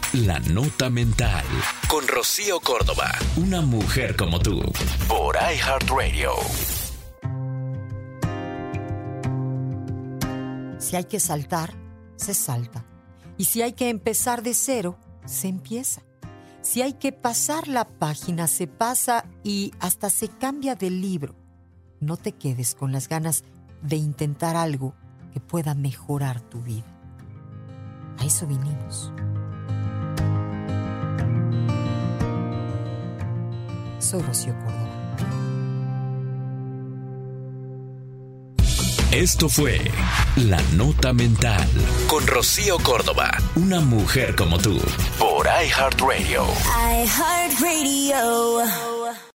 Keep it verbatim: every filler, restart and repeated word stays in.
La Nota Mental con Rocío Córdoba, una mujer como tú, por iHeartRadio. Si hay que saltar, se salta. Y si hay que empezar de cero, se empieza. Si hay que pasar la página, se pasa y hasta se cambia de libro. No te quedes con las ganas de intentar algo que pueda mejorar tu vida. A eso vinimos. Soy Rocío Córdoba. Esto fue La Nota Mental con Rocío Córdoba, una mujer como tú, por iHeartRadio. iHeartRadio.